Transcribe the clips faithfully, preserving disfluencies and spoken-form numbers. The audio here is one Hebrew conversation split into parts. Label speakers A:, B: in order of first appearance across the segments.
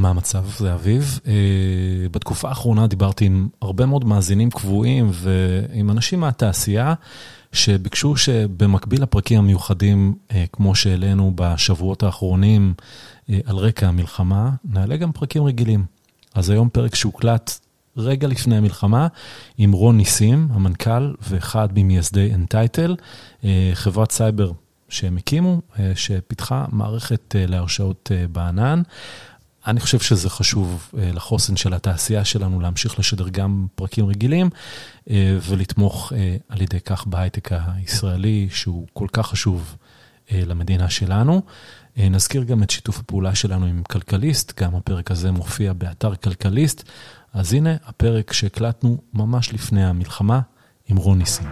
A: מה המצב? זה אביב. בתקופה האחרונה דיברתי עם הרבה מאוד מאזינים קבועים ועם אנשים מהתעשייה שביקשו שבמקביל לפרקים המיוחדים, כמו שהעלינו בשבועות האחרונים על רקע המלחמה, נעלה גם פרקים רגילים. אז היום פרק שהוקלט רגע לפני המלחמה עם רון ניסים, המנכ"ל ואחד ממייסדי Entitle, חברת סייבר שהם הקימו, שפיתחה מערכת להרשאות בענן. אני חושב שזה חשוב לחוסן של התעשייה שלנו להמשיך לשדר גם פרקים רגילים, ולתמוך על ידי כך בהייטק הישראלי, שהוא כל כך חשוב למדינה שלנו. נזכיר גם את שיתוף הפעולה שלנו עם כלכליסט, גם הפרק הזה מופיע באתר כלכליסט, אז הנה הפרק שהקלטנו ממש לפני המלחמה עם רון ניסים.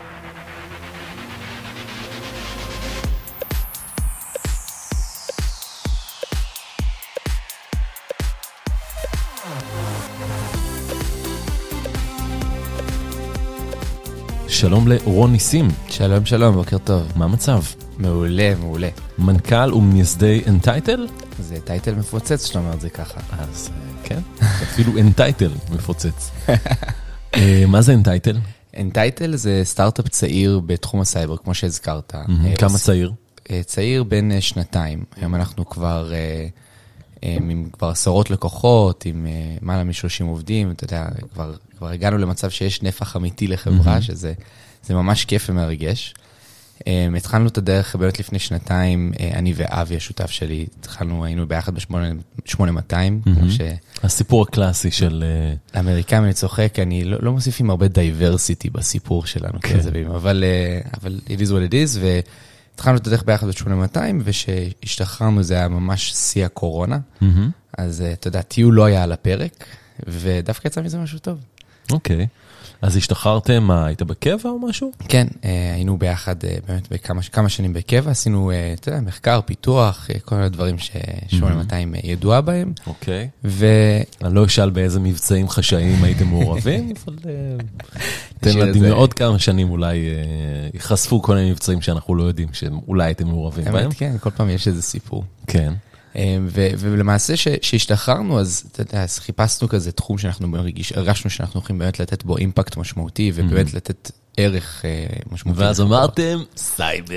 A: שלום לרון ניסים.
B: שלום, שלום, בוקר טוב.
A: מה המצב?
B: מעולה, מעולה.
A: מנכ"ל ומייסדי Entitle?
B: זה טייטל מפוצץ, שאתה אומר את זה ככה.
A: אז כן, אפילו Entitle מפוצץ. מה זה Entitle?
B: Entitle זה סטארט-אפ צעיר בתחום הסייבר, כמו שהזכרת.
A: כמה צעיר?
B: צעיר בין שנתיים. היום אנחנו כבר עם כבר עשרות לקוחות, עם מעלה מ-שלושים עובדים, אתה יודע, כבר, כבר הגענו למצב שיש נפח אמיתי לחברה, שזה זה ממש כיף ומרגש. התחלנו את הדרך באמת לפני שנתיים, אני ואבי, השותף שלי, התחלנו, היינו ביחד ב-שמונה מאתיים.
A: הסיפור הקלאסי של...
B: האמריקאים, אני צוחק, אני לא, לא מוסיף עם הרבה דייברסיטי בסיפור שלנו, כזבים, אבל, אבל it is what it is, והתחלנו את הדרך ביחד ב-שמונה מאתיים, ושהשתחררנו, זה היה ממש שיא הקורונה, אז אתה יודע, טיול לא היה על הפרק, ודווקא יצא מזה משהו טוב.
A: אוקיי. אז השתחררתם, מה, היית בקבע או משהו?
B: כן, היינו ביחד באמת בכמה כמה שנים בקבע, עשינו, אתה יודע, מחקר, פיתוח, כל הדברים ש-שמונה מאתיים ידועה בהם.
A: אוקיי. אני לא אשאל באיזה מבצעים חשאיים הייתם מעורבים, אבל תן לדין עוד כמה שנים אולי יחשפו כל מיני מבצעים שאנחנו לא יודעים שאולי הייתם מעורבים בהם.
B: באמת, כן, כל פעם יש איזה סיפור.
A: כן.
B: ולמעשה שהשתחררנו, אז אתה יודע, חיפשנו כזה תחום שאנחנו הרגשנו שאנחנו יכולים באמת לתת בו אימפקט משמעותי, ובאמת לתת ערך משמעותי.
A: ואז אמרתם, סייבר.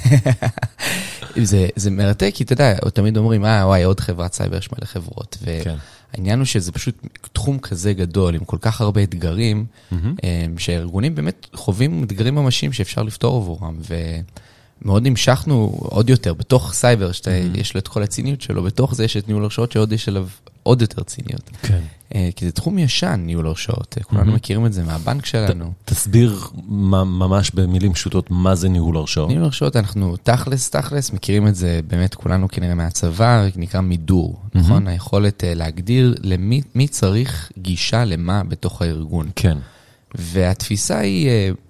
B: זה מרתק, כי אתה יודע, תמיד אומרים, אה, וואי, עוד חברת סייבר, יש מלא חברות. והעניין הוא שזה פשוט תחום כזה גדול, עם כל כך הרבה אתגרים, שהארגונים באמת חווים אתגרים ממשיים שאפשר לפתור עבורם, ו... מאוד נמשכנו עוד יותר, בתוך סייבר, שיש לו את כל הציניות שלו, בתוך זה יש את ניהול הרשאות, שעוד יש עליו עוד יותר ציניות. כן. כי זה תחום ישן, ניהול הרשאות. כולנו מכירים את זה מהבנק שלנו.
A: תסביר ממש במילים פשוטות, מה זה ניהול הרשאות?
B: ניהול הרשאות, אנחנו תכלס, תכלס, מכירים את זה באמת כולנו כנראה מהצבא, נקרא מידור, נכון? היכולת להגדיר למי צריך גישה למה בתוך הארגון.
A: כן.
B: והתפיסה היא,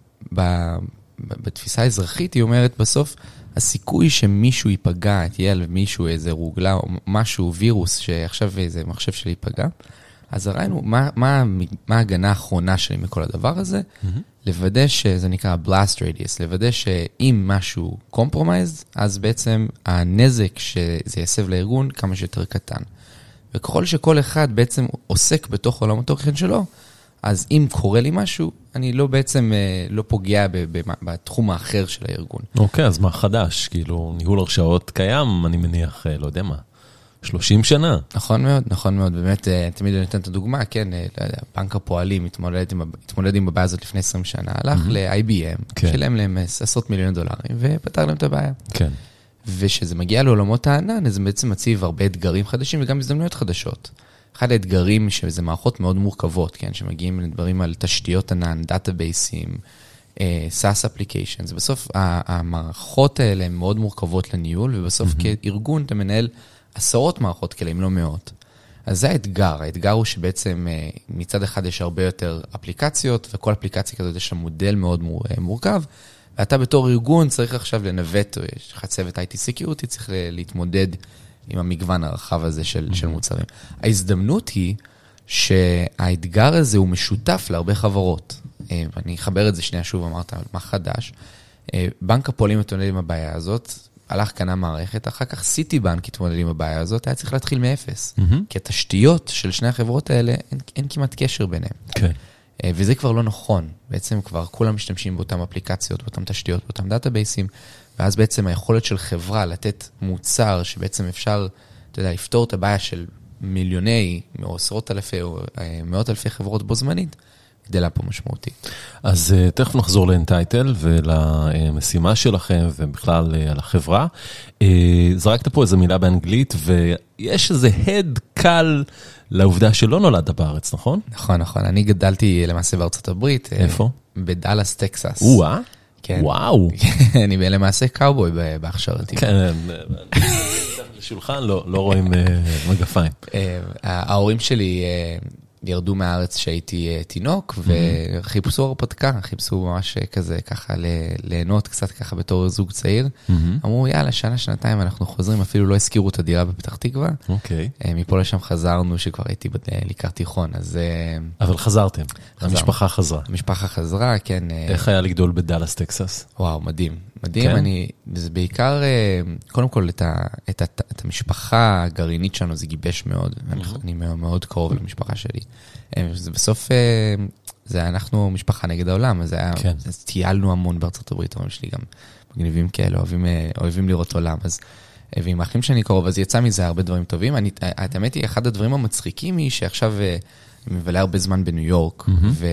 B: בתפיסה האזרחית, היא אומרת בסוף, הסיכוי שמישהו ייפגע, תהיה על מישהו איזה רוגלה או משהו, וירוס, שעכשיו איזה מחשב שלי ייפגע, אז ראינו מה, מה, מה ההגנה האחרונה שלי מכל הדבר הזה, mm-hmm. לוודא שזה נקרא blast radius, לוודא שאם משהו compromised, אז בעצם הנזק שזה יסב לארגון כמה שיותר קטן. וככל שכל אחד בעצם עוסק בתוך עולם התוכן שלו, אז אם קורה לי משהו, אני לא בעצם לא פוגע בתחום האחר של הארגון.
A: אוקיי, אז מה חדש? כאילו, ניהול הרשאות קיים, אני מניח, לא יודע מה, שלושים שנה.
B: נכון מאוד, נכון מאוד. באמת, תמיד אני נותן את הדוגמה, כן, בנק הפועלים התמודד עם הבעיה הזאת לפני עשרים שנה, הלך ל-איי בי אם, שילם להם עשרות מיליון דולרים, ופתר להם את הבעיה. כן. ושזה מגיע לעולמות הענן, זה בעצם מציב הרבה אתגרים חדשים, וגם הזדמנויות חדשות. אחד האתגרים שזה מערכות מאוד מורכבות, כן, שמגיעים לדברים על תשתיות ענן, דאטאבייסים, סאס אפליקיישנס. בסוף המערכות האלה הן מאוד מורכבות לניהול, ובסוף כארגון אתה מנהל עשרות מערכות כאלה, אם לא מאות. אז זה האתגר. האתגר הוא שבעצם מצד אחד יש הרבה יותר אפליקציות, וכל אפליקציה כזאת יש לה מודל מאוד מורכב, ואתה בתור ארגון צריך עכשיו לנווט, יש לך צוות איי טי Security, צריך להתמודד עם המגוון הרחב הזה של, mm-hmm. של מוצרים. ההזדמנות היא שהאתגר הזה הוא משותף להרבה חברות. ואני אחבר את זה שנייה שוב, אמרת, מה חדש. בנק הפועלים מתמודד עם הבעיה הזאת, הלך קנה מערכת, אחר כך סיטיבנק התמודד עם הבעיה הזאת, היה צריך להתחיל מאפס. כי התשתיות של שני החברות האלה, אין, אין כמעט קשר ביניהם.
A: כן.
B: וזה כבר לא נכון. בעצם כבר כולם משתמשים באותם אפליקציות, באותם תשתיות, באותם דאטאבייסים, ואז בעצם היכולת של חברה לתת מוצר שבעצם אפשר, אתה יודע, לפתור את הבעיה של מיליוני, או עשרות אלפי, או מאות אלפי חברות בו זמנית, גדלה פה משמעותית.
C: אז uh, תכף נחזור לאנטייטל ולמשימה שלכם ובכלל uh, על החברה. Uh, זרקת פה איזו מילה באנגלית ויש איזה הד קל לעובדה שלא נולדת בארץ, נכון?
B: נכון, נכון. אני גדלתי למעשה בארצות הברית.
C: איפה?
B: בדלס, טקסס.
C: וואה.
B: כן.
C: וואו.
B: אני למעשה קאובוי בהכשרתי.
C: כן, לשולחן לא, לא רואים מגפיים.
B: ההורים שלי ירדו מהארץ שהייתי תינוק, וחיפשו הרפתקה, חיפשו ממש כזה, ככה ליהנות קצת ככה בתור זוג צעיר. אמרו, יאללה, שנה, שנתיים אנחנו חוזרים, אפילו לא הזכירו את הדירה בפתח תקווה.
C: אוקיי.
B: מפה לשם חזרנו, שכבר הייתי לקראת תיכון, אז...
C: אבל חזרתם, המשפחה חזרה.
B: המשפחה חזרה, כן.
C: איך היה לגדול בדלס, טקסס?
B: וואו, מדהים. מדהים, אני... זה בעיקר, קודם כל, את המשפחה הגרעינית שלנו, זה גיבש מאוד. אני מאוד קרוב למשפחה שלי. זה בסוף, זה אנחנו משפחה נגד העולם, אז טיילנו המון בארצות הברית, אומרים שלי גם מגניבים כאלה, אוהבים לראות עולם, אז ועם האחים שאני קרוב, אז יצא מזה הרבה דברים טובים. את האמת היא, אחד הדברים המצחיקים היא שעכשיו מבלה הרבה זמן בניו יורק,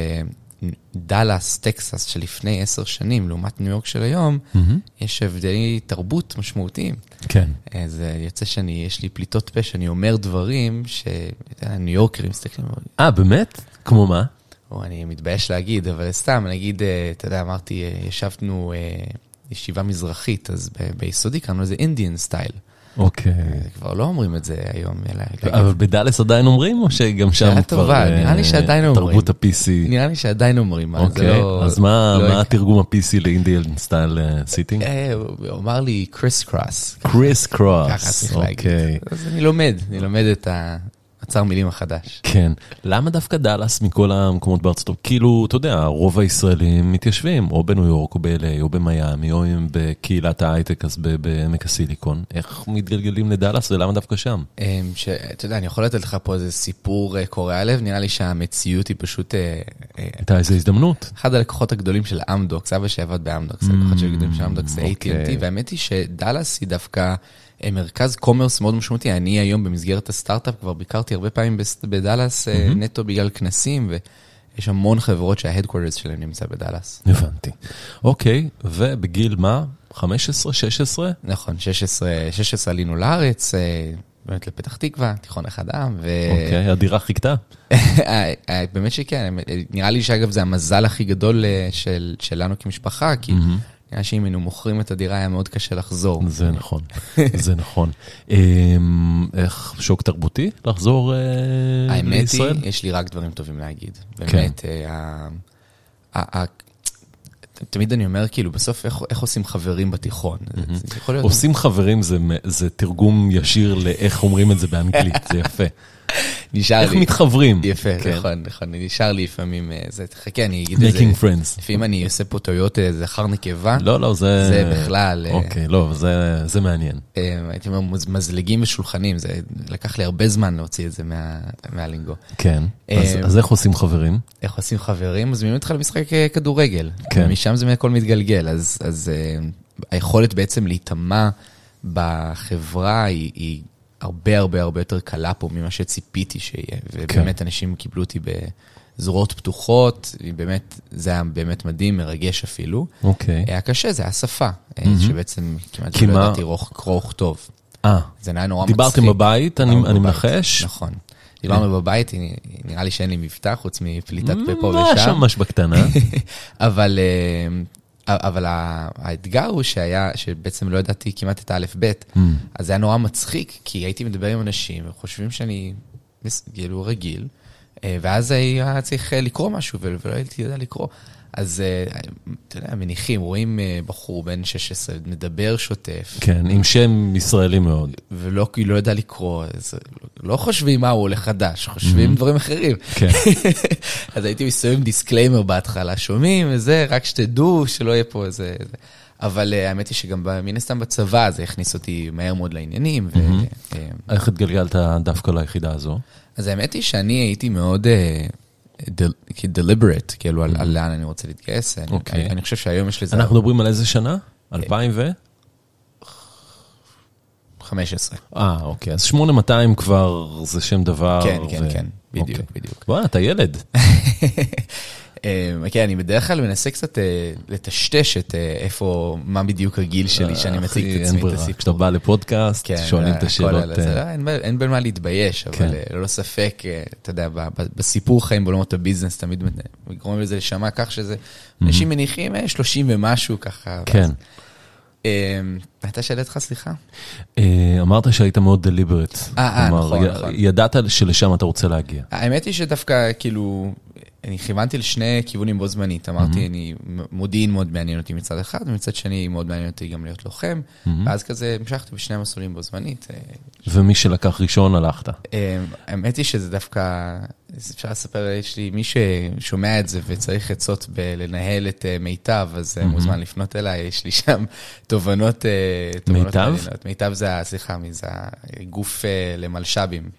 B: ודלס, טקסס, שלפני עשר שנים, לעומת ניו יורק של היום, יש הבדלי תרבות משמעותיים.
C: כן.
B: אז יוצא שאני, יש לי פליטות פה, שאני אומר דברים שניו יורקרים מסתכלים.
C: אה, באמת? כמו מה?
B: או, אני מתבייש להגיד, אבל סתם, נגיד, אתה יודע, אמרתי, ישבנו ישיבה מזרחית, אז ביסודי קראנו לזה אינדיאן סטייל.
C: אוקיי.
B: כבר לא אומרים את זה היום.
C: אבל בדלס עדיין אומרים, או שגם שם כבר
B: נראה לי שעדיין אומרים.
C: תרבות ה-פי סי?
B: נראה לי שעדיין אומרים.
C: אוקיי, אז מה התרגום ה-פי סי לאינדיאן סטייל סיטינג?
B: הוא אמר לי קריס קרוס.
C: קריס קרוס,
B: ככה צריך להגיד. אז אני לומד, אני לומד את ה... עצר מילים החדש.
C: כן. למה דווקא דלס מכל המקומות בארצות הברית? כאילו, אתה יודע, רוב הישראלים מתיישבים, או בניו יורק, או ב-אל איי, או במיימי, או בקהילת ההייטק, אז בעמק הסיליקון. איך מתגלגלים לדלס, ולמה דווקא שם?
B: אתה יודע, אני יכול לתת לך פה איזה סיפור קורע לב, נראה לי שהמציאות היא פשוט...
C: הייתה איזו הזדמנות.
B: אחד הלקוחות הגדולים של אמדוקס, אבא שעבד באמדוקס, הלקוחות הגדולים של אמדוקס זה איי טי אנד טי, והאמת היא שדלס היא דווקא... מרכז קומרס מאוד משמעותי. אני היום במסגרת הסטארט-אפ כבר ביקרתי הרבה פעמים בדלס נטו בגלל כנסים, ויש המון חברות שההדקוורטרס שלהם נמצא בדלס.
C: הבנתי. אוקיי, ובגיל מה? חמש עשרה, שש עשרה?
B: נכון, שש עשרה, שש עשרה עלינו לארץ, באמת לפתח תקווה, תיכון אחד העם.
C: אוקיי, הדירה חיכתה?
B: באמת שכן, נראה לי שאגב זה המזל הכי גדול שלנו כמשפחה, כי... נראה שאם היינו מוכרים את הדירה, היה מאוד קשה לחזור.
C: זה נכון, זה נכון. איך שוק תרבותי לחזור לישראל?
B: האמת היא, יש לי רק דברים טובים להגיד. באמת, תמיד אני אומר, כאילו, בסוף איך עושים חברים בתיכון?
C: עושים חברים זה תרגום ישיר לאיך אומרים את זה באנגלית, זה יפה.
B: נשאר לי.
C: איך מתחברים.
B: יפה, נכון, נכון. נשאר לי לפעמים, זה, תחכה, אני אגיד את זה.
C: making friends.
B: לפעמים אני עושה פה טעויות זכר נקבה.
C: לא, לא, זה...
B: זה בכלל...
C: אוקיי, לא, זה מעניין.
B: הייתי אומר, מזלגים ושולחנים, זה לקח לי הרבה זמן להוציא את זה מהלינגו.
C: כן, אז איך עושים חברים?
B: איך עושים חברים? מזמינים אותך למשחק כדורגל. משם זה הכל מתגלגל, אז היכולת בעצם להתאמה בחברה היא... הרבה הרבה הרבה יותר קלה פה ממה שציפיתי שיהיה, ובאמת אנשים קיבלו אותי בזרועות פתוחות, ובאמת, זה היה באמת מדהים, מרגש אפילו.
C: אוקיי.
B: היה קשה, זה היה שפה, שבעצם כמעט לא ידעתי קרוא טוב.
C: אה.
B: זה היה נורא מצחיק.
C: דיברתם בבית, אני מנחש?
B: נכון. דיברנו בבית, נראה לי שאין לי מבטא, חוץ מפליטת פה פה ושם.
C: ממש ממש בקטנה.
B: אבל... אבל האתגר הוא שהיה, שבעצם לא ידעתי כמעט את האלף בית, אז זה היה נורא מצחיק, כי הייתי מדבר עם אנשים, וחושבים שאני כאילו רגיל, ואז היה צריך לקרוא משהו, ולא הייתי יודע לקרוא. אז, אתה יודע, מניחים, רואים בחור בן שש עשרה, מדבר שוטף.
C: כן, עם שם ישראלי מאוד.
B: ולא, כי לא יודע לקרוא, אז לא חושבים מה הוא עולה חדש, חושבים דברים אחרים.
C: כן.
B: אז הייתי מסוים דיסקליימר בהתחלה, שומעים וזה, רק שתדעו שלא יהיה פה איזה... אבל האמת היא שגם מן הסתם בצבא, זה הכניס אותי מהר מאוד לעניינים.
C: איך התגלגלת דווקא ליחידה הזו?
B: אז האמת היא שאני הייתי מאוד deliberate, כאילו על לאן אני רוצה להתגייס. אני חושב שהיום יש לזה...
C: אנחנו מדברים על איזה שנה? אלפיים ו...
B: חמש עשרה.
C: אה, אוקיי. אז שמונה מאתיים כבר זה שם דבר.
B: כן, כן, כן. בדיוק, בדיוק.
C: וואי, אתה ילד.
B: כן, אני בדרך כלל מנסה קצת לטשטש את איפה, מה בדיוק הגיל שלי שאני מציג את עצמי את הסיפור.
C: כשאתה בא לפודקאסט, שואלים את השאלות.
B: אין בין מה להתבייש, אבל ללא ספק, אתה יודע, בסיפור חיים בעולמות הביזנס, תמיד גורמים לזה לשמע כך שזה, אנשים מניחים שלושים ומשהו ככה.
C: כן.
B: הייתה שאלתך, סליחה?
C: אמרת שהיית מאוד דליברט.
B: אה, נכון, נכון.
C: ידעת שלשם אתה רוצה להגיע.
B: האמת היא שדווקא, כאילו, אני כיוונתי לשני כיוונים בו זמנית. אמרתי, אני מודיעין מאוד מעניין אותי מצד אחד, ומצד שני מאוד מעניין אותי גם להיות לוחם, ואז כזה המשכתי בשני המסלולים בו זמנית.
C: ומי שלקח ראשון הלכת?
B: האמת היא שזה דווקא, אפשר לספר, יש לי מי ששומע את זה וצריך עצות בלנהל את מיטב, אז מוזמן לפנות אליי, יש לי שם תובנות.
C: מיטב?
B: מיטב זה, סליחה, זה הגוף למלשבים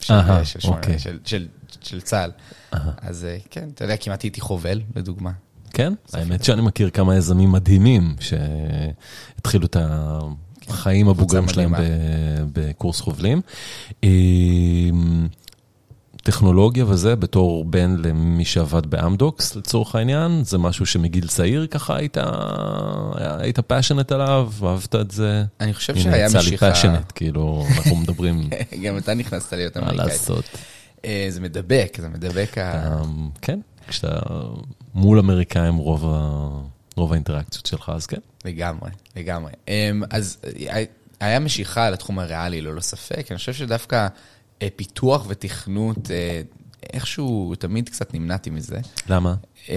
B: של צה"ל. אז כן, אתה יודע, כמעט הייתי חובל, לדוגמה.
C: כן? האמת שאני מכיר כמה יזמים מדהימים שהתחילו את החיים הבוגרים שלהם בקורס חובלים. טכנולוגיה וזה, בתור בן למי שעבד באמדוקס, לצורך העניין, זה משהו שמגיל צעיר ככה היית, היית פאשנט עליו, אהבת את זה.
B: אני חושב שהיה משיכה.
C: הנה, יצא לי פאשנט, כאילו, אנחנו מדברים.
B: גם אתה נכנסת להיות אמריקאי.
C: מה לעשות.
B: זה מדבק, זה מדבק.
C: כן, כשאתה מול אמריקאים רוב רוב האינטראקציות שלך, אז כן.
B: לגמרי, לגמרי. אז היה משיכה לתחום הריאלי, לא לא ספק. אני חושב שדווקא פיתוח ותכנות, איכשהו תמיד קצת נמנעתי מזה.
C: למה?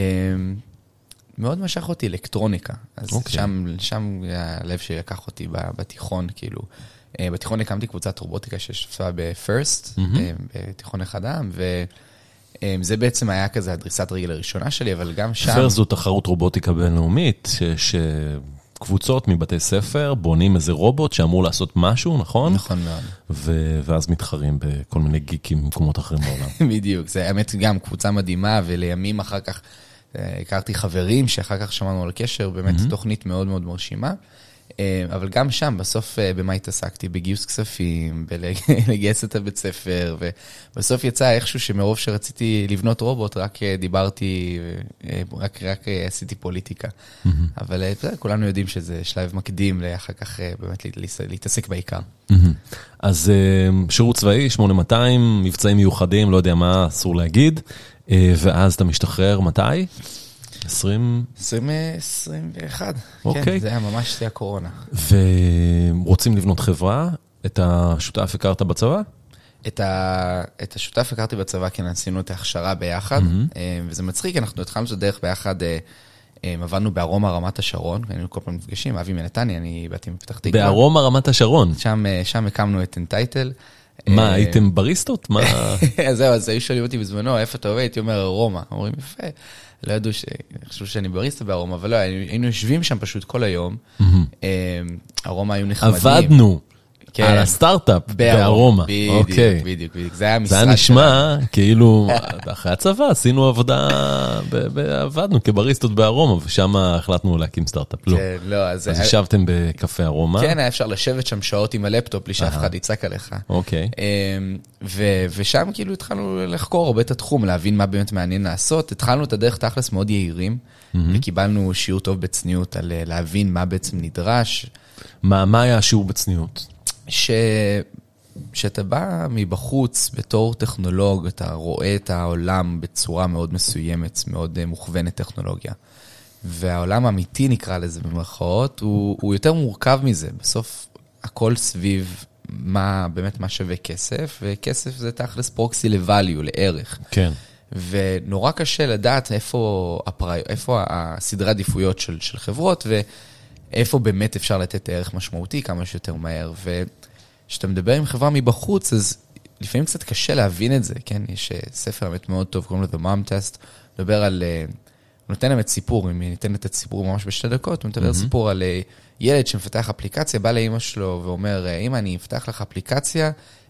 B: מאוד משך אותי אלקטרוניקה. אז שם, שם הלב שלקח אותי בתיכון, כאילו. בתיכון הקמתי קבוצת רובוטיקה ששתפה ב-First, בתיכון אחד העם, וזה בעצם היה כזה הדריסת רגל הראשונה שלי, אבל גם שם...
C: First זו תחרות רובוטיקה בינלאומית, שקבוצות מבתי ספר בונים איזה רובוט שאמור לעשות משהו, נכון?
B: נכון מאוד.
C: ואז מתחרים בכל מיני גיקים במקומות אחרים בעולם.
B: בדיוק, זה האמת גם קבוצה מדהימה, ולימים אחר כך הכרתי חברים, שאחר כך שמענו על קשר, באמת תוכנית מאוד מאוד מרשימה. אבל גם שם, בסוף במה התעסקתי? בגיוס כספים, בלגייס את הבית ספר, ובסוף יצא איכשהו שמרוב שרציתי לבנות רובוט, רק דיברתי, רק, רק עשיתי פוליטיקה. אבל כולנו יודעים שזה שלב מקדים, לאחר כך באמת להתעסק בעיקר.
C: אז שירות צבאי, שמונה מאתיים, מבצעים מיוחדים, לא יודע מה אסור להגיד, ואז אתה משתחרר, מתי? עשרים?
B: עשרים, עשרים ואחת.
C: אוקיי.
B: כן, זה היה ממש זה הקורונה.
C: ורוצים לבנות חברה? את השותף הכרת בצבא?
B: את, ה... את השותף הכרתי בצבא, כן, עשינו את ההכשרה ביחד, mm-hmm. וזה מצחיק, אנחנו התחלנו את הדרך ביחד, עבדנו בארומה רמת השרון, היינו כל פעם מפגשים, אבי מנתניה, אני באתי מפתח תקווה.
C: בארומה רמת השרון?
B: שם, שם הקמנו את אנטייטל.
C: מה, הייתם בריסטות? מה?
B: זהו, אז היו שואלים אותי בזמנו, איפה אתה עובד? הייתי אומר, ארומה. אומרים, יפה. לא ידעו שחשבו שאני בריסטה בארומה, אבל לא, היינו יושבים שם פשוט כל היום. ארומה היו נחמדים.
C: עבדנו על הסטארט-אפ בארומה.
B: בדיוק, בדיוק, בדיוק. זה היה המשרד.
C: זה היה נשמע כאילו, אחרי הצבא עשינו עבודה, עבדנו כבריסטות בארומה, ושם החלטנו להקים סטארט-אפ. לא. אז ישבתם בקפה ארומה.
B: כן, היה אפשר לשבת שם שעות עם הלפטופ, בלי שאף אחד יצעק עליך.
C: אוקיי.
B: ושם כאילו התחלנו לחקור הרבה את התחום, להבין מה באמת מעניין לעשות. התחלנו את הדרך תכלס מאוד יעירים, וקיבלנו שיעור טוב בצניעות על להבין מה בעצם נדרש.
C: מה היה השיעור בצניעות?
B: ש... שאתה בא מבחוץ בתור טכנולוג, אתה רואה את העולם בצורה מאוד מסוימת, מאוד מוכוונת טכנולוגיה. והעולם האמיתי, נקרא לזה במרכאות, הוא, הוא יותר מורכב מזה. בסוף הכל סביב מה, באמת מה שווה כסף, וכסף זה תכלס פרוקסי לvalue, לערך.
C: כן.
B: ונורא קשה לדעת איפה, הפרי... איפה הסדרי עדיפויות של, של חברות, ואיפה באמת אפשר לתת ערך משמעותי כמה שיותר מהר. וכשאתה מדבר עם חברה מבחוץ, אז לפעמים קצת קשה להבין את זה, כן? יש ספר באמת מאוד טוב, קוראים לו The Mom Test, מדבר על נותן להם את סיפור, אם ניתן את הסיפור ממש בשתי דקות, הוא מדבר סיפור על ילד שמפתח אפליקציה, בא לאמא שלו ואומר, אמא, אני אפתח לך אפליקציה,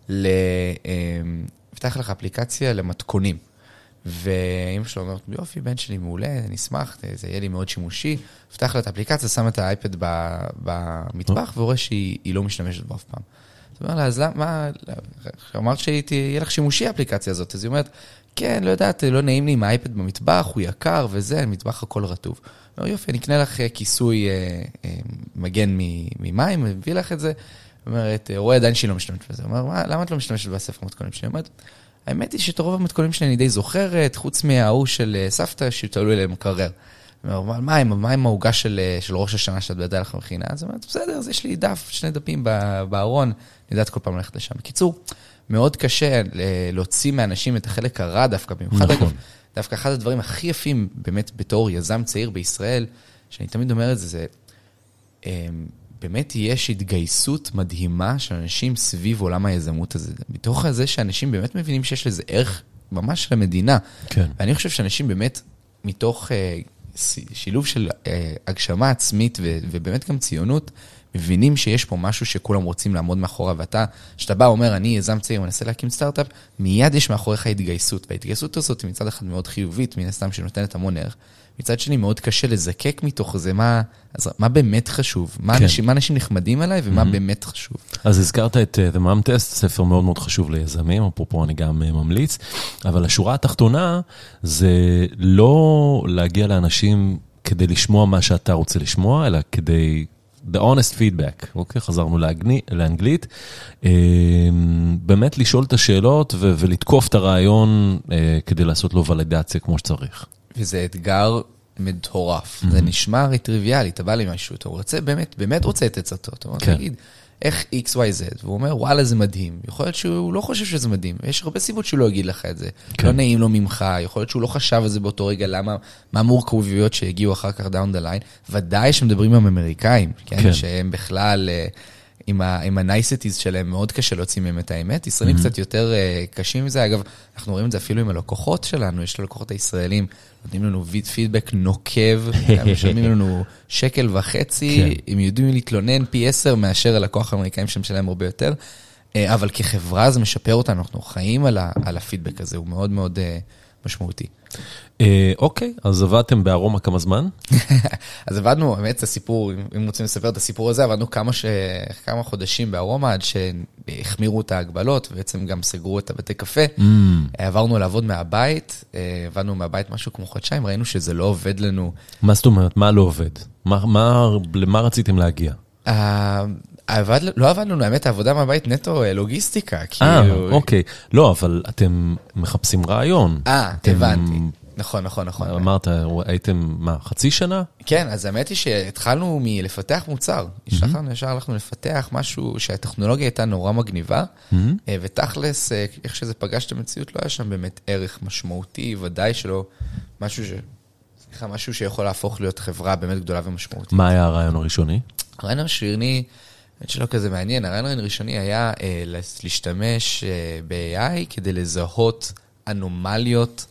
B: אפתח לך אפליקציה למתכונים. ואמא שלו אומרת, יופי, בן שלי מעולה, אני אשמח, זה יהיה לי מאוד שימושי. אפתח לה את האפליקציה, שם את האייפד במטבח, ורואה שהיא לא משתמשת בו אף פעם. זאת אומרת לה, אז למה, אמרת שיהיה לך שימושי האפליקציה הזאת, אז היא אומרת, כן, לא יודעת, לא נעים לי עם האייפד במטבח, הוא יקר וזה, מטבח הכל רטוב. אומר, יופי, אני אקנה לך כיסוי מגן ממים, מביא לך את זה. אומרת, רואה עדיין שהיא לא משתמשת בזה. אומר, למה את לא משתמשת בספר מתכונים שלי? אומרת, האמת היא שאת רוב המתכונים שלי אני די זוכרת, חוץ מההוא של סבתא, שתעלו אליהם מקרר. אומר, מה עם, מה עם ההוגה של, של ראש השנה שאת בידע לך מכינה? אז אומרת, בסדר, אז יש לי דף, שני דפים בארון, אני יודעת כל פעם ללכת לשם. בקיצור, מאוד קשה להוציא מאנשים את החלק הרע דווקא, במיוחד נכון. אגב, דווקא אחד הדברים הכי יפים באמת בתור יזם צעיר בישראל, שאני תמיד אומר את זה, זה באמת יש התגייסות מדהימה של אנשים סביב עולם היזמות הזה. בתוך הזה שאנשים באמת מבינים שיש לזה ערך ממש למדינה. כן. ואני חושב שאנשים באמת מתוך שילוב של הגשמה עצמית ובאמת גם ציונות, מבינים שיש פה משהו שכולם רוצים לעמוד מאחורה, ואתה, שאתה בא אומר, אני יזם צעיר, מנסה להקים סטארט-אפ, מיד יש מאחוריך התגייסות, וההתגייסות הזאת היא מצד אחד מאוד חיובית, מן הסתם שנותנת המון ערך, מצד שני מאוד קשה לזקק מתוך זה, מה, אז, מה באמת חשוב, מה, כן. אנשים, מה אנשים נחמדים עליי, ומה mm-hmm. באמת חשוב.
C: אז הזכרת את uh, The Mom Test, ספר מאוד מאוד חשוב ליזמים, אפרופו אני גם uh, ממליץ, אבל השורה התחתונה, זה לא להגיע לאנשים כדי לשמוע מה שאתה רוצה לשמוע, אלא כדי the honest feedback, אוקיי? חזרנו לאנגלית. באמת לשאול את השאלות ולתקוף את הרעיון כדי לעשות לו ולידציה כמו שצריך.
B: וזה אתגר מטורף. זה נשמע הרי טריוויאלי, אתה בא לי משהו, אתה רוצה, באמת, באמת רוצה את עצתו. אתה אומר, תגיד, איך X, Y, Z? והוא אומר, וואלה, זה מדהים. יכול להיות שהוא לא חושב שזה מדהים. יש הרבה סיבות שהוא לא יגיד לך את זה. לא נעים לו ממך, יכול להיות שהוא לא חשב על זה באותו רגע, למה, מה המורכבויות שהגיעו אחר כך down the line. ודאי שמדברים עם אמריקאים, כן? שהם בכלל, עם ה-niceties שלהם מאוד קשה להוציא מהם את האמת. ישראלים קצת יותר קשים מזה. אגב, אנחנו רואים את זה אפילו עם הלקוחות שלנו, יש ללקוחות הישראלים, נותנים לנו פידבק נוקב, משלמים לנו שקל וחצי, הם יודעים להתלונן פי עשר מאשר הלקוח האמריקאים שמשלם הרבה יותר, אבל כחברה זה משפר אותנו, אנחנו חיים על הפידבק הזה, הוא מאוד מאוד משמעותי.
C: אוקיי, אז עבדתם בארומה כמה זמן?
B: אז עבדנו, באמת הסיפור, אם רוצים לספר את הסיפור הזה, עבדנו כמה, ש... כמה חודשים בארומה, עד שהחמירו את ההגבלות, ובעצם גם סגרו את הבתי קפה. Mm. עברנו לעבוד מהבית, עבדנו מהבית משהו כמו חודשיים, ראינו שזה לא עובד לנו.
C: מה זאת אומרת? מה לא עובד? מה, מה, למה רציתם להגיע?
B: עבד, לא עבד לנו, האמת, העבודה מהבית נטו לוגיסטיקה.
C: אה, אוקיי. לא, אבל אתם מחפשים רעיון.
B: אה, הבנתי. נכון, נכון, נכון.
C: אמרת, הייתם, מה, חצי שנה?
B: כן, אז האמת היא שהתחלנו מלפתח מוצר. השלחנו, ישר הלכנו לפתח משהו שהטכנולוגיה הייתה נורא מגניבה, ותכלס, איך שזה פגש את המציאות, לא היה שם באמת ערך משמעותי, ודאי שלא משהו ש... סליחה, משהו שיכול להפוך להיות חברה באמת גדולה ומשמעותית.
C: מה היה הרעיון הראשוני?
B: הרעיון הראשוני, באמת שלא כזה מעניין, הרעיון הראשוני היה להשתמש ב-איי איי כדי לזהות אנומליות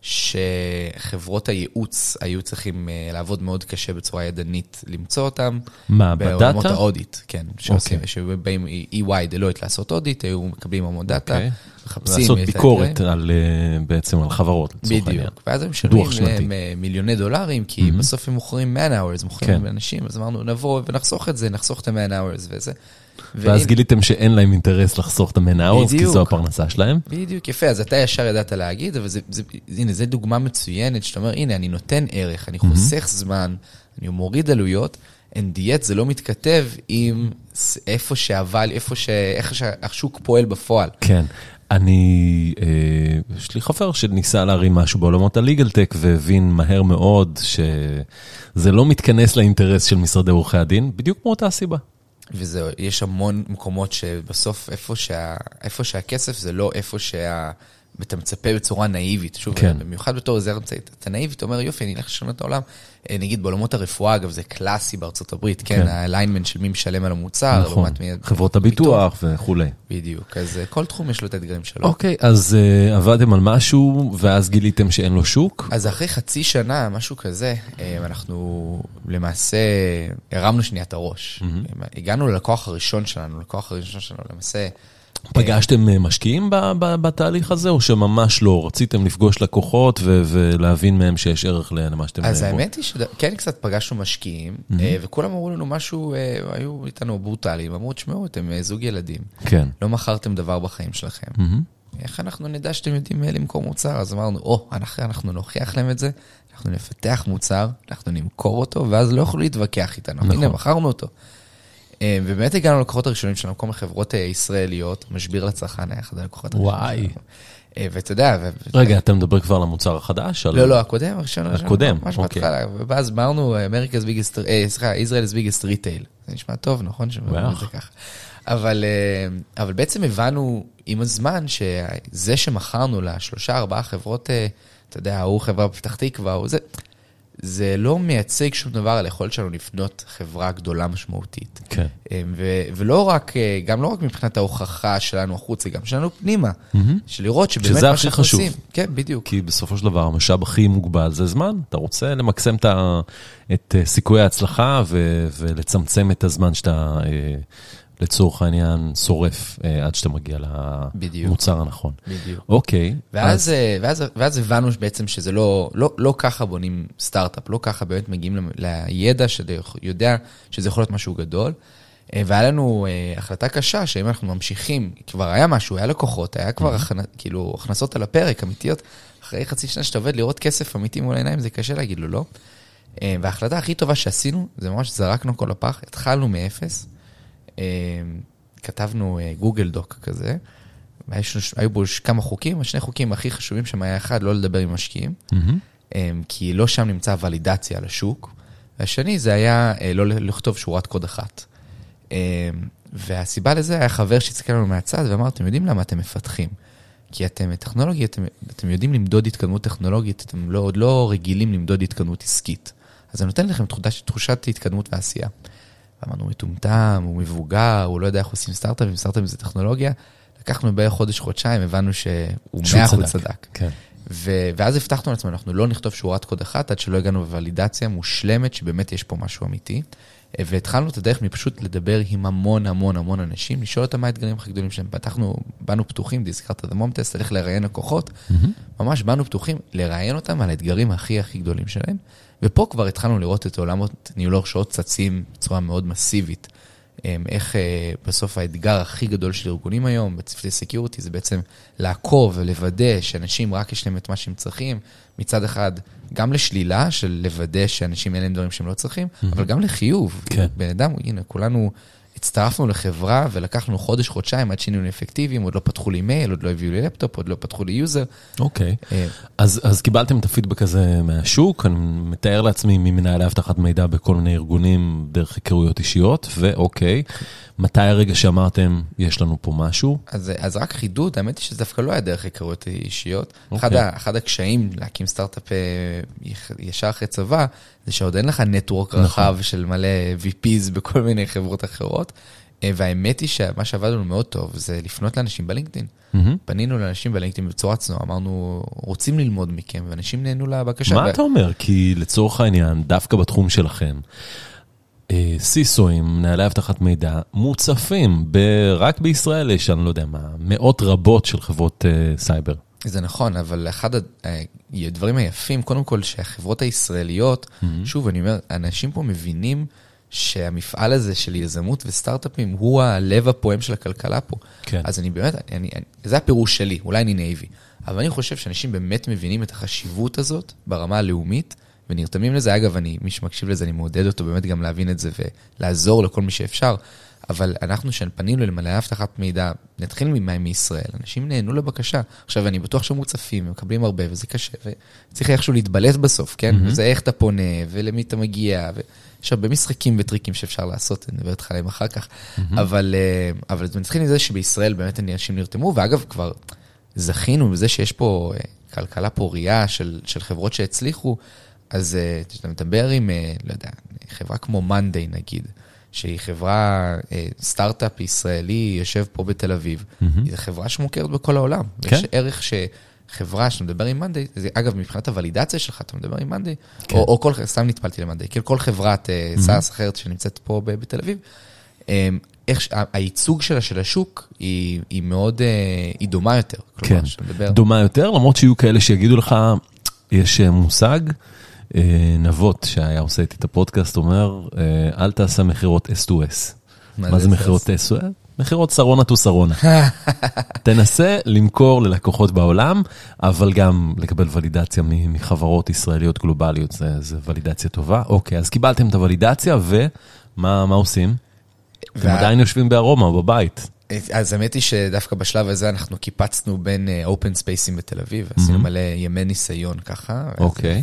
B: שחברות הייעוץ היו צריכים לעבוד מאוד קשה בצורה ידנית למצוא אותם.
C: מה, בדאטה?
B: בעולמות האודיט, כן. שעושים, שבאים אי וואי דלויט לעשות אודיט, היו מקבלים המון דאטה.
C: לעשות ביקורת בעצם על חברות.
B: בדיוק. ואז הם משלמים מיליוני דולרים, כי בסוף הם מוכרים man hours, מוכרים לאנשים, אז אמרנו, נבוא ונחסוך את זה, נחסוך את ה-man hours וזה.
C: ואז גיליתם שאין להם אינטרס לחסוך את ה-man hours, כי זו הפרנסה שלהם.
B: בדיוק, יפה. אז אתה ישר ידעת להגיד, אבל הנה, זו דוגמה מצוינת, שאתה אומר, הנה, אני נותן ערך, אני חוסך זמן, אני מוריד עלויות, and yet זה לא מתכתב עם איפה שעבל, איפה ש... איך שהשוק פועל בפועל. כן.
C: אני, יש לי חבר שניסה להרים משהו בעולמות הליגל טק, והבין מהר מאוד שזה לא מתכנס לאינטרס של משרדי עורכי הדין, בדיוק כמו אותה הסיבה.
B: וזה, יש המון מקומות שבסוף איפה, שה, איפה שהכסף זה לא איפה אתה מצפה בצורה נאיבית, שוב, כן. במיוחד בתור עוזר אמצעית, אתה נאיבית, אתה אומר, יופי, אני אלך לשנות את העולם, נגיד בעולמות הרפואה, אגב, זה קלאסי בארצות הברית, כן, כן. האליינמנט של מי משלם על המוצר,
C: נכון, חברות הביטוח וכו'.
B: בדיוק, אז כל תחום יש לו את האתגרים שלו.
C: אוקיי, אז uh, עבדתם על משהו, ואז גיליתם שאין לו שוק?
B: אז אחרי חצי שנה, משהו כזה, אנחנו למעשה הרמנו שנייה את הראש. Mm-hmm. הגענו ללקוח הראשון שלנו, לקוח הראשון שלנו, למעשה,
C: פגשתם משקיעים בתהליך הזה, או שממש לא? רציתם לפגוש לקוחות ולהבין מהם שיש ערך למה שאתם...
B: אז האמת היא שכן קצת פגשנו משקיעים, וכולם אמרו לנו משהו, היו איתנו ברוטליים, אמרו, תשמעו, אתם זוג ילדים, לא מכרתם דבר בחיים שלכם. איך אנחנו נדע שאתם יודעים למכור מוצר? אז אמרנו, או, אנחנו נוכיח להם את זה, אנחנו נפתח מוצר, אנחנו נמכור אותו, ואז לא יכולו להתווכח איתנו. הנה, מכרנו אותו. ובאמת הגענו ללקוחות הראשונים שלנו, כל מחברות ישראליות, משביר לצרכן היה אחד הלקוחות הראשונים שלנו. ואתה יודע...
C: רגע, אתה מדבר כבר על המוצר החדש?
B: לא, לא, הקודם, הראשון.
C: הקודם,
B: אוקיי. ואז אמרנו, America's biggest, סליחה, Israel's biggest retail. זה נשמע טוב, נכון? שמענו את זה ככה. אבל, אבל בעצם הבנו עם הזמן שזה שמכרנו לשלושה, ארבעה חברות, אתה יודע, הוא חברה בפתח תקווה, הוא זה... זה לא מייצג שום דבר על היכולת שלנו לפנות חברה גדולה משמעותית.
C: כן.
B: ו- ולא רק, גם לא רק מבחינת ההוכחה שלנו החוץ, זה גם שלנו פנימה, mm-hmm. של לראות שבאמת
C: שזה הכי חשוב. עושים.
B: כן, בדיוק.
C: כי בסופו של דבר, המשאב הכי מוגבל זה זמן. אתה רוצה למקסם את, ה- את סיכויי ההצלחה ו- ולצמצם את הזמן שאתה... לצורך העניין שורף עד שאתה מגיע למוצר הנכון.
B: בדיוק.
C: אוקיי.
B: ואז, ואז, ואז הבנו בעצם שזה לא, לא, לא ככה בונים סטארט-אפ, לא ככה באמת מגיעים לידע שיודע שזה יכול להיות משהו גדול. והיה לנו החלטה קשה שאם אנחנו ממשיכים, כבר היה משהו, היה לקוחות, היה כבר כאילו הכנסות על הפרק, אמיתיות. אחרי חצי שנה שאתה עובד לראות כסף אמיתי מול העיניים, זה קשה להגיד לו לא. וההחלטה הכי טובה שעשינו, זה ממש זרקנו כל הפח, התחלנו מאפס. כתבנו גוגל דוק כזה, היו בו כמה חוקים, השני חוקים הכי חשובים שם היה אחד, לא לדבר עם משקיעים, כי לא שם נמצא ולידציה על השוק, והשני זה היה לא לכתוב שורת קוד אחת. והסיבה לזה היה חבר שהצטרף לנו מהצד, ואמר, אתם יודעים למה אתם מפתחים? כי אתם טכנולוגיה, אתם, אתם יודעים למדוד התקדמות טכנולוגית, אתם לא, עוד לא רגילים למדוד התקדמות עסקית. אז אני נותן לכם תחושת, תחושת התקדמות ועשייה. אמרנו, מטומטם, הוא מבוגר, הוא לא יודע איך עושים סטארט-אפים, סטארט-אפים זה טכנולוגיה. לקחנו בערך חודש, חודשיים, הבנו שהוא מאה אחוז צדק.
C: כן.
B: ו- ואז הבטחנו לעצמנו, אנחנו לא נכתוב שורת קוד אחת, עד שלא הגענו בוולידציה מושלמת, שבאמת יש פה משהו אמיתי. והתחלנו את הדרך מפשוט לדבר עם המון המון המון אנשים, לשאול אותם מה האתגרים הכי גדולים שלהם. פתחנו, באנו פתוחים, דיסקרת את המומטסט, תלך לראיין לקוחות. Mm-hmm. ממש באנו פתוחים לראיין אותם על האתגרים הכי הכי גדולים שלהם. ופה כבר התחלנו לראות את עולמות ניהול הרשאות צצים בצורה מאוד מסיבית. איך בסוף האתגר הכי גדול של ארגונים היום, בצוותי סקיוריטי, זה בעצם לעקוב ולוודא שאנשים רק יש להם את מה שהם צריכים, מצד אחד גם לשלילה של לוודא שאנשים אין להם דברים שהם לא צריכים, mm-hmm. אבל גם לחיוב.
C: כן.
B: בן אדם, הנה, כולנו הצטרפנו לחברה ולקחנו חודש, חודשיים עד שינינו אפקטיביים, עוד לא פתחו לי מייל, עוד לא הביאו לי לפטופ, עוד לא פתחו לי יוזר.
C: אוקיי. אז, אז קיבלתם את הפידבק הזה מהשוק, אני מתאר לעצמי ממנהלי אבטחת מידע בכל מיני ארגונים דרך היכרויות אישיות, ואוקיי. מתי הרגע שאמרתם, יש לנו פה משהו?
B: אז, אז רק חידוד, האמת היא שזה דווקא לא היה דרך היכרויות אישיות. Okay. אחד, אחד הקשיים להקים סטארט-אפ ישר אחרי צבא, זה שעוד אין לך נטוורק רחב של מלא וי פיז בכל מיני חברות אחרות, והאמת היא שמה שעבד לנו מאוד טוב, זה לפנות לאנשים בלינקדאין. Mm-hmm. פנינו לאנשים בלינקדאין בצורה צנועה, אמרנו, רוצים ללמוד מכם, ואנשים נהנו לבקשה.
C: מה
B: ו...
C: אתה אומר? כי לצורך העניין, דווקא בתחום שלכם, סיסויים, מנהלי אבטחת מידע, מוצפים, רק בישראל יש, אני לא יודע מה, מאות רבות של חברות סייבר.
B: זה נכון, אבל אחד הדברים היפים, קודם כל שהחברות הישראליות, mm-hmm. שוב, אני אומר, אנשים פה מבינים שהמפעל הזה של יזמות וסטארט-אפים הוא הלב הפועם של הכלכלה פה. כן. אז אני באמת, אני, אני, זה הפירוש שלי, אולי אני נאיבי, אבל אני חושב שאנשים באמת מבינים את החשיבות הזאת ברמה הלאומית, ונרתמים לזה. אגב, אני, מי שמקשיב לזה, אני מעודד אותו באמת גם להבין את זה ולעזור לכל מי שאפשר. אבל אנחנו שפנינו למלא אבטחת מידע, נתחיל ממים מישראל, אנשים נהנו לבקשה. עכשיו, אני בטוח שהם מוצפים, מקבלים הרבה, וזה קשה, וצריך איכשהו להתבלט בסוף, כן? Mm-hmm. וזה איך אתה פונה, ולמי אתה מגיע, ויש הרבה משחקים וטריקים שאפשר לעשות, אני מדבר איתך עליהם אחר כך. Mm-hmm. אבל, אבל נתחיל מזה שבישראל באמת אנשים נרתמו, ואגב, כבר זכינו בזה שיש פה כלכלה פוריה של, של חברות שהצליחו, אז אתה מדבר עם, לא יודע, חברה כמו Monday נגיד, שהיא חברה, סטארט-אפ ישראלי, יושב פה בתל אביב, mm-hmm. היא חברה שמוכרת בכל העולם. כן? יש ערך שחברה שאתה מדבר עם Monday, זה, אגב, מבחינת הוולידציה שלך, אתה מדבר עם Monday, כן. או, או כל, סתם נטפלתי ל-Monday, כאילו כל חברת mm-hmm. סאס אחרת שנמצאת פה בתל אביב, איך, הייצוג שלה של השוק היא, היא מאוד, היא דומה יותר.
C: כן, כלומר, דומה יותר, למרות שיהיו כאלה שיגידו לך, יש מושג, נבות שהיה עושה איתי את הפודקאסט, אומר, אל תעשה מחירות אס טו אס. מה זה מחירות אס טו אס? מחירות שרונה טו שרונה. תנסה למכור ללקוחות בעולם, אבל גם לקבל ולידציה מחברות ישראליות גלובליות, זה, זה ולידציה טובה. אוקיי, אז קיבלתם את הוולידציה, ומה מה עושים? אתם עדיין יושבים בארומה או בבית.
B: אז האמת היא שדווקא בשלב הזה אנחנו קיפצנו בין אופן ספייסים בתל אביב, עשינו מלא ימי ניסיון ככה.
C: אוקיי.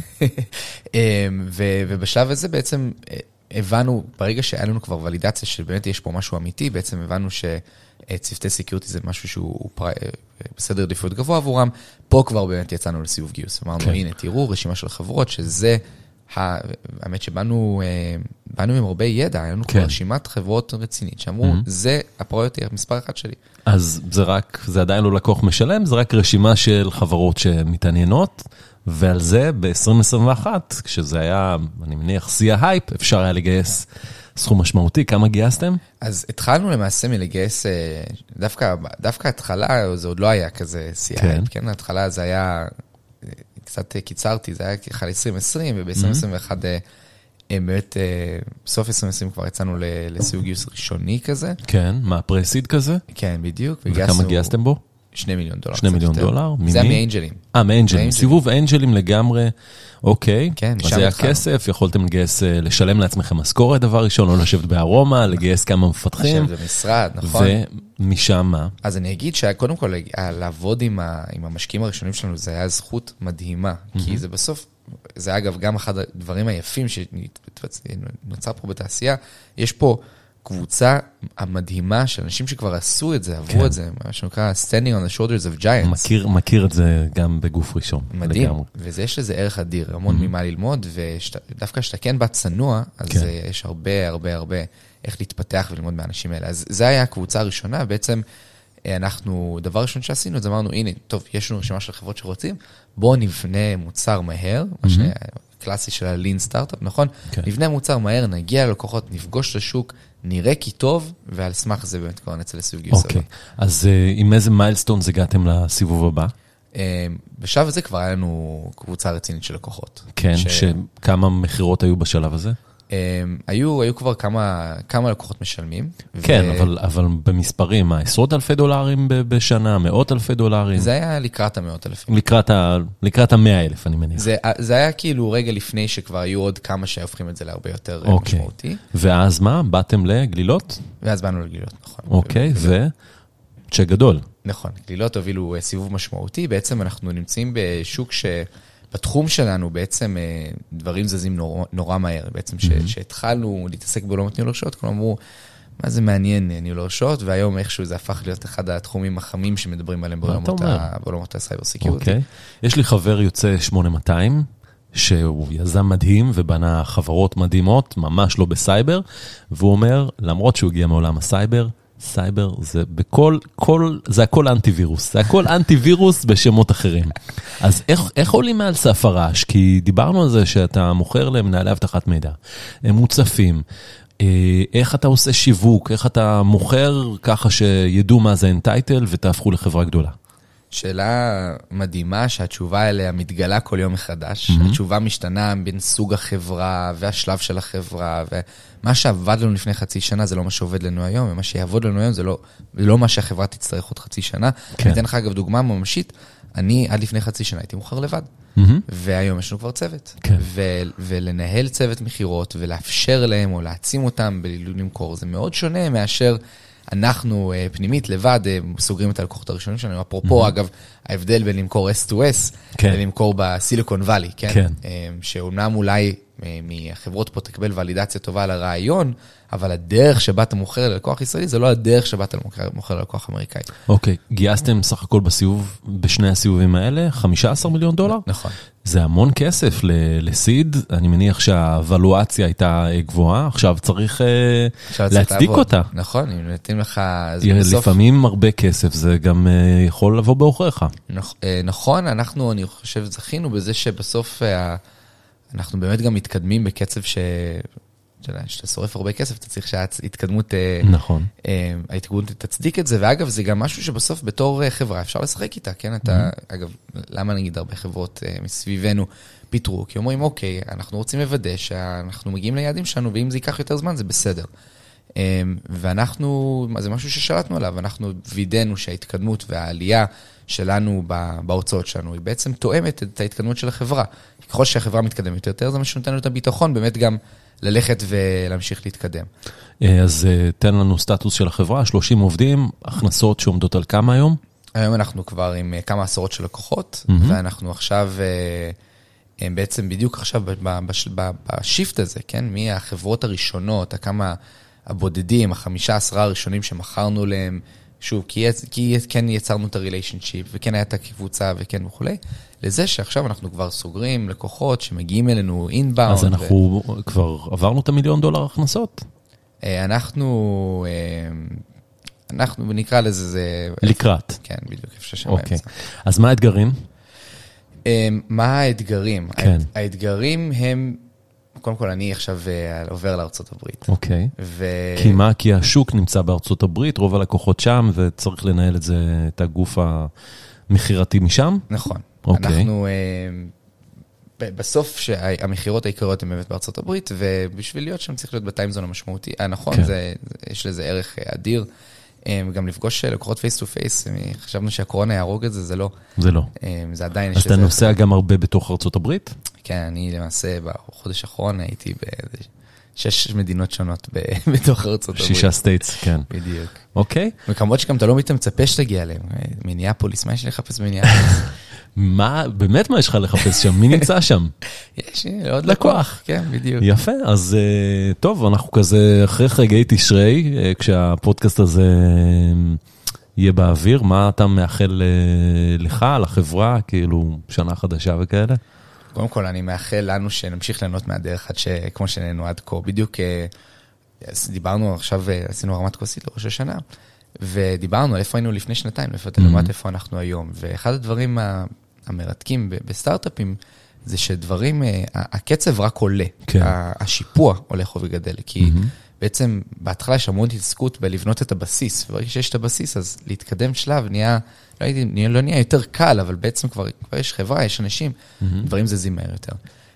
B: ובשלב הזה בעצם הבנו, ברגע שהיה לנו כבר ולידציה שבאמת יש פה משהו אמיתי, בעצם הבנו שצוותי סקיוריטי זה משהו שהוא בסדר עדיפות גבוה עבורם, פה כבר באמת יצאנו לסיבוב גיוס. אמרנו, הנה, תראו, רשימה של חברות שזה... האמת שבאנו עם הרבה ידע, היה לנו כבר רשימת חברות רצינית, שאמרו, זה הפרויקט מספר אחד שלי.
C: אז זה רק, זה עדיין לא לקוח משלם, זה רק רשימה של חברות שמתעניינות, ועל זה ב-עשרים עשרים ואחת, כשזה היה, אני מניח, שיא ההייפ, אפשר היה לגייס סכום משמעותי. כמה גייסתם?
B: אז התחלנו למעשה מלגייס, דווקא, דווקא התחלה, זה עוד לא היה כזה שיא ההייפ, כן? ההתחלה זה היה... קצת קיצרתי, זה היה ככה ל-עשרים עשרים, וב-עשרים עשרים ואחת באמת, בסוף עשרים עשרים כבר יצאנו לסיוג גיוס ראשוני כזה.
C: כן, מה, פרסיד כזה?
B: כן, בדיוק.
C: וכמה גייסתם בו?
B: שני מיליון דולר.
C: שני מיליון דולר?
B: זה היה מאנג'לים.
C: אה, מאנג'לים. סיבוב אנג'לים לגמרי, אוקיי. כן, אז היה כסף, יכולתם לגייס, לשלם לעצמכם משכורת דבר ראשון, לא לשבת בארומה, לגייס כמה מפתחים.
B: לשבת במשרד, נכון.
C: ומשם מה?
B: אז אני אגיד שקודם כל, לעבוד עם המשקיעים הראשונים שלנו, זה היה זכות מדהימה, כי זה בסוף, זה אגב גם אחד הדברים היפים שנוצר פה בתעשייה, יש פה קבוצה המדהימה של אנשים שכבר עשו את זה, עברו את זה, מה שנקרא standing on the shoulders of giants.
C: מכיר, מכיר את זה גם בגוף ראשון.
B: מדהים, וזה יש לזה ערך אדיר, המון ממה ללמוד, ודווקא שאתה כן בא צנוע, אז יש הרבה הרבה הרבה איך להתפתח וללמוד מהאנשים האלה. אז זה היה הקבוצה הראשונה, בעצם אנחנו, דבר ראשון שעשינו, אז אמרנו, הנה, טוב, יש לנו רשימה של חברות שרוצים, בואו נבנה מוצר מהר, מה שקלאסי של הלין סטארט-אפ, נכון? נבנה מוצר מהר, נגיע ללקוחות, נפגוש את השוק, נראה כי טוב, ועל סמך זה באמת כבר נצא לסיבוב גיוס.
C: אוקיי, אז עם איזה מיילסטונס הגעתם לסיבוב הבא?
B: בשלב הזה כבר היה לנו קבוצה רצינית של לקוחות.
C: כן, שכמה מחירות היו בשלב הזה?
B: היו, היו כבר כמה, כמה לקוחות משלמים.
C: כן, ו... אבל, אבל במספרים, עשרות אלפי דולרים בשנה, מאות אלפי דולרים.
B: זה היה לקראת המאות אלפים.
C: לקראת, ה... לקראת המאה אלף, אני מניח.
B: זה, זה היה כאילו רגע לפני שכבר היו עוד כמה שהופכים את זה להרבה יותר
C: אוקיי.
B: משמעותי.
C: ואז מה? באתם לגלילות?
B: ואז באנו לגלילות, נכון.
C: אוקיי, ו... צ'ק גדול.
B: נכון, גלילות הובילו סיבוב משמעותי, בעצם אנחנו נמצאים בשוק ש... בתחום שלנו בעצם דברים זזים נורא, נורא מהר, בעצם mm-hmm. שהתחלנו להתעסק בעולמות ניהול הרשאות, כלומר אמרו, מה זה מעניין ניהול הרשאות, והיום איכשהו זה הפך להיות אחד התחומים החמים שמדברים עליהם בעולמות הסייבר סקיוריטי.
C: אוקיי. יש לי חבר יוצא שמונה מאתיים, שהוא יזם מדהים ובנה חברות מדהימות, ממש לא בסייבר, והוא אומר, למרות שהוא הגיע מעולם הסייבר, סייבר זה בכל, כל, זה הכל אנטי-וירוס, זה הכל אנטי-וירוס בשמות אחרים. אז איך, איך עולים מעל סף הרעש? כי דיברנו על זה שאתה מוכר למנהלי הבטחת מידע, הם מוצפים, איך אתה עושה שיווק, איך אתה מוכר ככה שידעו מה זה אנטייטל ותהפכו לחברה גדולה?
B: שאלה מדהימה שהתשובה אליה מתגלה כל יום מחדש. Mm-hmm. התשובה משתנה בין סוג החברה והשלב של החברה, ומה שעבד לנו לפני חצי שנה זה לא מה שעובד לנו היום, ומה שיעבוד לנו היום זה לא, לא מה שהחברה תצטרך עוד חצי שנה. כן. אני אתן לך אגב דוגמה ממשית, אני עד לפני חצי שנה הייתי מוכר לבד, mm-hmm. והיום יש לנו כבר צוות. כן. ו- ולנהל צוות מחירות ולאפשר להם או להעצים אותם בלילול למכור, זה מאוד שונה מאשר אנחנו פנימית לבד סוגרים את הלקוחות הראשונים שלנו, אפרופו אגב ההבדל בין למכור אס טו אס ולמכור בסיליקון ואלי, כן? שאומנם אולי מהחברות פה תקבל ולידציה טובה על הרעיון, אבל הדרך שבה אתה מוכר ללקוח ישראלי, זה לא הדרך שבה אתה מוכר ללקוח אמריקאי.
C: אוקיי, גייסתם סך הכל בסיבוב, בשני הסיבובים האלה, חמישה עשר מיליון דולר?
B: נכון.
C: זה המון כסף לסיד, אני מניח שהוולואציה הייתה גבוהה, עכשיו צריך להצדיק אותה.
B: נכון, אם נתאים לך...
C: לפעמים הרבה כסף, זה גם יכול לבוא בעוכריך.
B: נכון, אנחנו, אני חושב, זכינו בזה שבסוף אנחנו באמת גם מתקדמים בקצב ש... שאתה שורף הרבה כסף, אתה צריך שההתקדמות...
C: נכון.
B: ההתקדמות תצדיק את זה, ואגב, זה גם משהו שבסוף בתור חברה אפשר לשחק איתה, כן? אתה, אגב, למה נגיד הרבה חברות מסביבנו פיתרו? כי אומרים, אוקיי, אנחנו רוצים לוודא שאנחנו מגיעים ליעדים שלנו, ואם זה ייקח יותר זמן, זה בסדר. ואנחנו, זה משהו ששלטנו עליו, אנחנו וידאנו שההתקדמות והעלייה שלנו בהוצאות שלנו, היא בעצם תואמת את ההתקדמות של החברה. ככל שהחברה מתקדמת יותר, זה מה שנותן לנו את הביטחון, באמת גם ללכת ולהמשיך להתקדם.
C: אז תן לנו סטטוס של החברה, שלושים עובדים, הכנסות שעומדות על כמה היום?
B: היום אנחנו כבר עם כמה עשרות של לקוחות, ואנחנו עכשיו, בעצם בדיוק עכשיו בשיפט הזה, כן? מהחברות הראשונות, הכמה הבודדים, החמישה עשרה הראשונים שמכרנו להם, שוב, כי, כי כן יצרנו את הריליישנשיפ, וכן הייתה קבוצה, וכן וכולי, לזה שעכשיו אנחנו כבר סוגרים לקוחות שמגיעים אלינו אינבאונד.
C: אז אנחנו ו... כבר עברנו את המיליון דולר הכנסות?
B: אנחנו, אנחנו נקרא לזה, זה...
C: לקראת.
B: כן, בדיוק, אפשר שם
C: אוקיי. אז מה האתגרים?
B: מה האתגרים?
C: כן.
B: האתגרים הם... קודם כל, אני עכשיו עובר לארצות הברית.
C: אוקיי. ו... כי מה? כי השוק נמצא בארצות הברית, רוב הלקוחות שם, וצריך לנהל את זה, את הגוף המחירתי משם?
B: נכון.
C: אוקיי.
B: אנחנו, בסוף שהמחירות העיקריות הן באמת בארצות הברית, ובשביל להיות שם צריך להיות בטיימזון המשמעותי. נכון, כן. זה, יש לזה ערך אדיר. גם לפגוש לקוחות פייס טו פייס, חשבנו שהקורונה יהרוג את זה, זה לא.
C: זה לא.
B: זה עדיין...
C: אז אתה נוסע גם הרבה בתוך ארצות הברית?
B: כן, אני למעשה בחודש האחרון הייתי בשש מדינות שונות בתוך ארצות הברית.
C: שישה סטייטס, כן.
B: בדיוק.
C: אוקיי.
B: וכמובן שגם אתה לא מצפה שתגיע אליהם. מיניאפוליס, מה יש לי לחפש במיניאפוליס?
C: מה, באמת מה יש לך לחפש שם? מי נמצא שם?
B: יש, עוד לקוח. כן, בדיוק.
C: יפה, אז טוב, אנחנו כזה אחרי חגי תשרי, כשהפודקאסט הזה יהיה באוויר, מה אתה מאחל לך, לחברה, כאילו שנה חדשה וכאלה?
B: קודם כל, אני מאחל לנו שנמשיך ליהנות מהדרך עד שכמו שנהנו עד כה. בדיוק דיברנו עכשיו, עשינו הרמת כוסית לראש השנה, ודיברנו איפה היינו לפני שנתיים, לעומת איפה אנחנו היום. ואחד הדברים המרתקים בסטארט-אפים, זה שדברים, הקצב רק עולה. השיפוע הולך וגדל, כי בעצם בהתחלה יש המון התעסקות בלבנות את הבסיס, וברגע שיש את הבסיס, אז להתקדם שלב נהיה, לא, נהיה, לא נהיה יותר קל, אבל בעצם כבר, כבר יש חברה, יש אנשים, דברים זזים מהר יותר.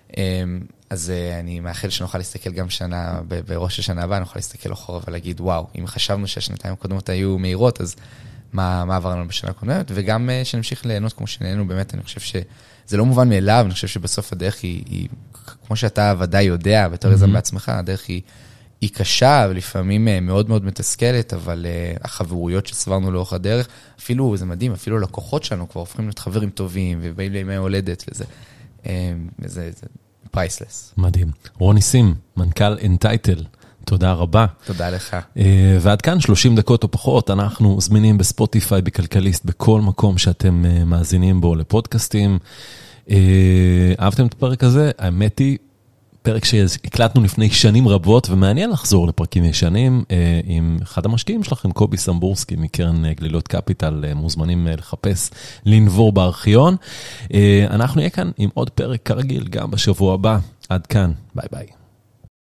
B: אז אני מאחל שנוכל להסתכל גם שנה, בראש השנה הבאה, נוכל להסתכל אחורה ולהגיד, וואו, אם חשבנו שהשנתיים הקודמות היו מהירות, אז מה, מה עבר לנו בשנה הקודמת? וגם שנמשיך ליהנות כמו שנהנו, באמת, אני חושב שזה לא מובן מאליו, אני חושב שבסוף הדרך היא, היא כמו שאתה ודאי יודע, בתור יזם בעצמך, הדרך היא, היא קשה, ולפעמים מאוד מאוד מתסכלת, אבל החברויות שצברנו לאורך הדרך, אפילו, זה מדהים, אפילו לקוחות שלנו כבר הופכים להיות חברים טובים, ובאים לימי הולדת לזה. זה, זה פרייסלס.
C: מדהים. רוני סים, מנכ"ל אנטייטל, תודה רבה.
B: תודה לך.
C: ועד כאן שלושים דקות או פחות, אנחנו זמינים בספוטיפיי, בכלכליסט, בכל מקום שאתם מאזינים בו לפודקאסטים. אהבתם את הפרק הזה? האמת היא, פרק שהקלטנו לפני שנים רבות, ומעניין לחזור לפרקים ישנים, עם אחד המשקיעים שלכם, קובי סמבורסקי, מקרן גלילות קפיטל, מוזמנים לחפש, לנבור בארכיון. אנחנו נהיה כאן עם עוד פרק כרגיל, גם בשבוע הבא. עד כאן, ביי ביי.